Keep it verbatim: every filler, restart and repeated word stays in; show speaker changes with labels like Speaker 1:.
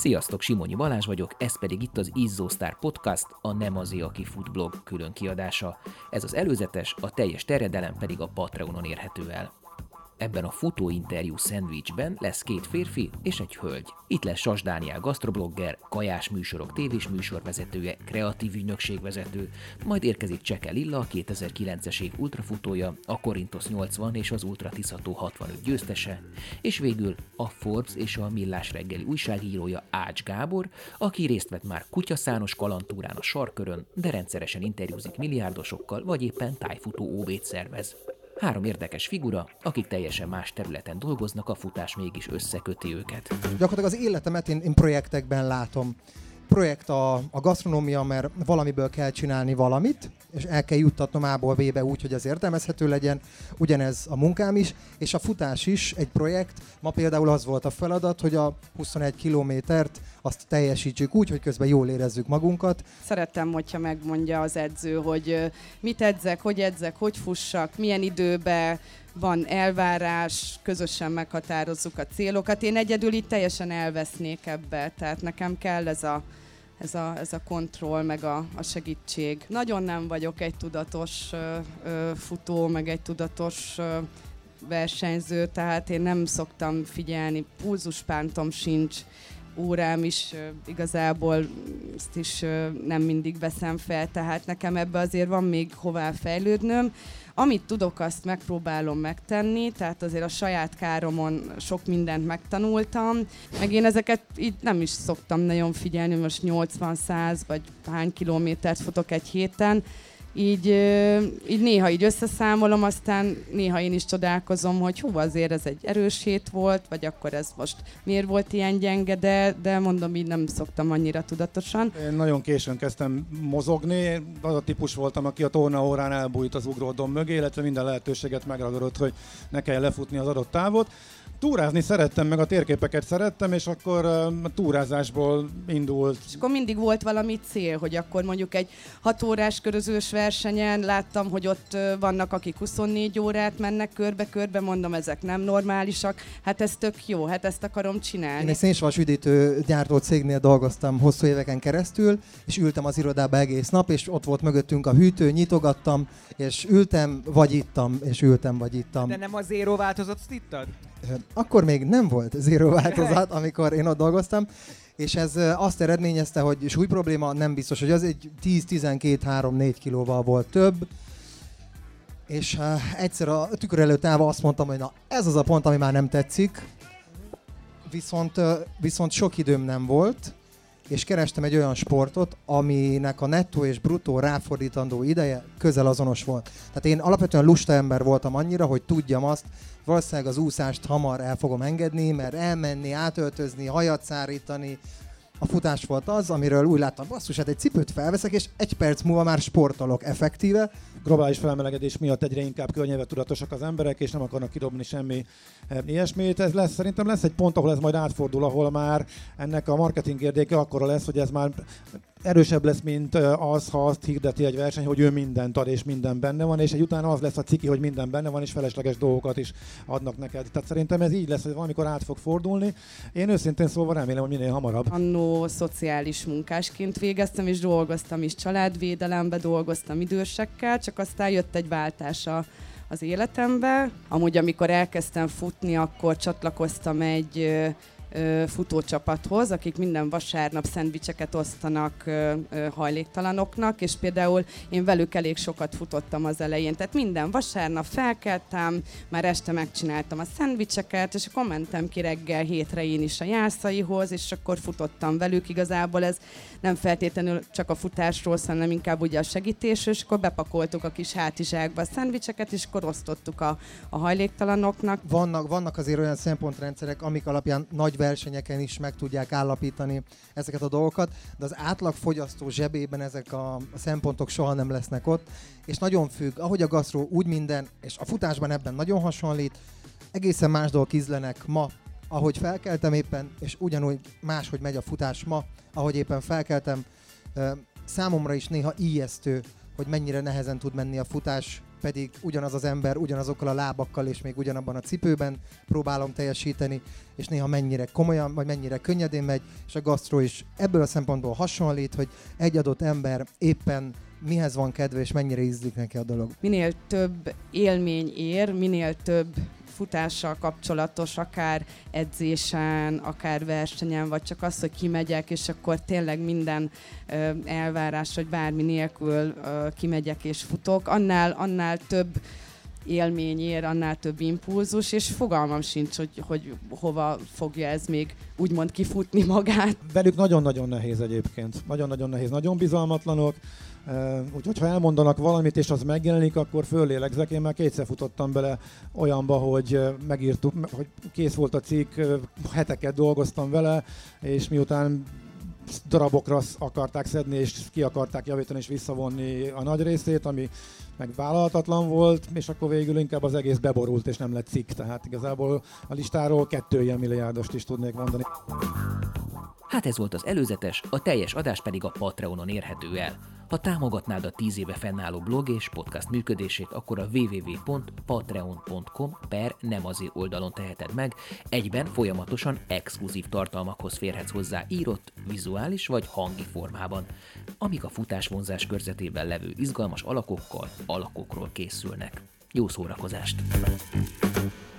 Speaker 1: Sziasztok, Simonyi Balázs vagyok, ez pedig itt az Izzósztár Podcast, a Nem azé, aki fut blog külön kiadása. Ez az előzetes, a teljes terjedelem pedig a Patreonon érhető el. Ebben a futóinterjú szendvicsben lesz két férfi és egy hölgy. Itt lesz Sas Dániel gasztroblogger, kajás műsorok tévés műsorvezetője, kreatív ügynökségvezető, majd érkezik Cseke Lilla, a kétezer-kilences év ultrafutója, a Korintos nyolcvan és az Ultra Tiszató hatvanöt győztese, és végül a Forbes és a Millás reggeli újságírója Ács Gábor, aki részt vett már kutyaszános kalandtúrán a sarkörön, de rendszeresen interjúzik milliárdosokkal, vagy éppen tájfutó ó bét szervez. Három érdekes figura, akik teljesen más területen dolgoznak, a futás mégis összeköti őket.
Speaker 2: Gyakorlatilag az életemet én, én projektekben látom. Projekt a, a gasztronómia, mert valamiből kell csinálni valamit, és el kell juttatnom A-ból B-be úgy, hogy az értelmezhető legyen. Ugyanez a munkám is, és a futás is egy projekt. Ma például az volt a feladat, hogy a huszonegy kilométert azt teljesítsük úgy, hogy közben jól érezzük magunkat.
Speaker 3: Szeretem, hogyha megmondja az edző, hogy mit edzek, hogy edzek, hogy fussak, milyen időben van elvárás, közösen meghatározzuk a célokat. Én egyedül itt teljesen elvesznék ebbe, tehát nekem kell ez a, ez a, ez a kontroll, meg a, a segítség. Nagyon nem vagyok egy tudatos ö, ö, futó, meg egy tudatos ö, versenyző, tehát én nem szoktam figyelni, pulzuspántom sincs, órám is igazából ezt is nem mindig veszem fel, tehát nekem ebbe azért van még hová fejlődnöm. Amit tudok, azt megpróbálom megtenni, tehát azért a saját káromon sok mindent megtanultam, meg én ezeket így nem is szoktam nagyon figyelni, hogy most nyolcvan-száz vagy hány kilométert futok egy héten. Így, így néha így összeszámolom, aztán néha én is csodálkozom, hogy hú, azért ez egy erős hét volt, vagy akkor ez most miért volt ilyen gyenge, de, de mondom, így nem szoktam annyira tudatosan.
Speaker 4: Én nagyon későn kezdtem mozogni, az a típus voltam, aki a tornaórán elbújt az ugródom mögé, illetve minden lehetőséget megragadott, hogy ne kell lefutni az adott távot. Túrázni szerettem, meg a térképeket szerettem, és akkor a túrázásból indult.
Speaker 3: És akkor mindig volt valami cél, hogy akkor mondjuk egy hat órás körözős versenyen láttam, hogy ott vannak, akik huszonnégy órát mennek körbe-körbe, mondom, ezek nem normálisak, hát ez tök jó, hát ezt akarom csinálni.
Speaker 2: Én egy szénsavas üdítő gyártó cégnél dolgoztam hosszú éveken keresztül, és ültem az irodába egész nap, és ott volt mögöttünk a hűtő, nyitogattam, és ültem, vagy ittam, és ültem, vagy ittam.
Speaker 5: De nem a zéró változatot ittad?
Speaker 2: Akkor még nem volt zéró változat, amikor én ott dolgoztam, és ez azt eredményezte, hogy súly probléma nem biztos, hogy az egy tíz, tizenkét, három, négy kilóval volt több, és uh, egyszer a tükör előtt állva azt mondtam, hogy na ez az a pont, ami már nem tetszik, viszont, uh, viszont sok időm nem volt, és kerestem egy olyan sportot, aminek a nettó és bruttó ráfordítandó ideje közel azonos volt. Tehát én alapvetően lusta ember voltam annyira, hogy tudjam azt, valószínűleg az úszást hamar el fogom engedni, mert elmenni, átöltözni, hajat szárítani. A futás volt az, amiről úgy láttam, basszus, hát egy cipőt felveszek, és egy perc múlva már sportolok effektíve.
Speaker 4: Globális felmelegedés miatt egyre inkább környezet tudatosak az emberek, és nem akarnak kidobni semmi ilyesmit. Ez lesz, szerintem lesz egy pont, ahol ez majd átfordul, ahol már ennek a marketing érdeke akkora lesz, hogy ez már erősebb lesz, mint az, ha azt hirdeti egy verseny, hogy ő mindent ad, és minden benne van, és egy utána az lesz a ciki, hogy minden benne van, és felesleges dolgokat is adnak neked. Tehát szerintem ez így lesz, hogy valamikor át fog fordulni. Én őszintén szólva remélem, hogy minél hamarabb.
Speaker 3: Annó szociális munkásként végeztem, és dolgoztam is családvédelembe, dolgoztam idősekkel, csak aztán jött egy váltás a az életembe. Amúgy amikor elkezdtem futni, akkor csatlakoztam egy futócsapathoz, akik minden vasárnap szendvicseket osztanak ö, ö, hajléktalanoknak, és például én velük elég sokat futottam az elején. Tehát minden vasárnap felkeltem, már este megcsináltam a szendvicseket, és akkor mentem ki reggel hétre én is a Jászaihoz, és akkor futottam velük. Igazából ez nem feltétlenül csak a futásról, hanem inkább ugye a segítésről, és akkor bepakoltuk a kis hátizsákba a szendvicseket, és akkor osztottuk a, a hajléktalanoknak.
Speaker 2: Vannak, vannak azért olyan szempontrendszerek, amik alapján nagy versenyeken is meg tudják állapítani ezeket a dolgokat, de az átlag fogyasztó zsebében ezek a szempontok soha nem lesznek ott, és nagyon függ, ahogy a gasztró, úgy minden, és a futásban ebben nagyon hasonlít, egészen más dolgok ízlenek ma, ahogy felkeltem éppen, és ugyanúgy máshogy megy a futás ma, ahogy éppen felkeltem. Számomra is néha ijesztő, hogy mennyire nehezen tud menni a futás pedig ugyanaz az ember, ugyanazokkal a lábakkal és még ugyanabban a cipőben próbálom teljesíteni, és néha mennyire komolyan, vagy mennyire könnyedén megy, és a gasztró is ebből a szempontból hasonlít, hogy egy adott ember éppen mihez van kedve, és mennyire ízlik neki a dolog.
Speaker 3: Minél több élmény ér, minél több futással kapcsolatos, akár edzésen, akár versenyen, vagy csak az, hogy kimegyek, és akkor tényleg minden ö, elvárás, vagy bármi nélkül ö, kimegyek és futok, annál, annál több élmény ér, annál több impulzus, és fogalmam sincs, hogy, hogy hova fogja ez még úgymond kifutni magát.
Speaker 4: Velük nagyon-nagyon nehéz egyébként. Nagyon-nagyon nehéz, nagyon bizalmatlanok. Uh, úgyhogy ha elmondanak valamit, és az megjelenik, akkor föllélegzek. Én már kétszer futottam bele olyanba, hogy megírtuk, hogy kész volt a cikk, heteket dolgoztam vele, és miután darabokra akarták szedni, és ki akarták javítani, és visszavonni a nagy részét, ami meg vállalhatatlan volt, és akkor végül inkább az egész beborult, és nem lett cikk. Tehát igazából a listáról kettő ilyen milliárdost is tudnék mondani.
Speaker 1: Hát ez volt az előzetes, a teljes adás pedig a Patreonon érhető el. Ha támogatnád a tíz éve fennálló blog és podcast működését, akkor a double-u double-u double-u pont patreon pont com per nem azért oldalon teheted meg, egyben folyamatosan exkluzív tartalmakhoz férhetsz hozzá írott, vizuális vagy hangi formában, amik a futásvonzás körzetében levő izgalmas alakokkal, alakokról készülnek. Jó szórakozást!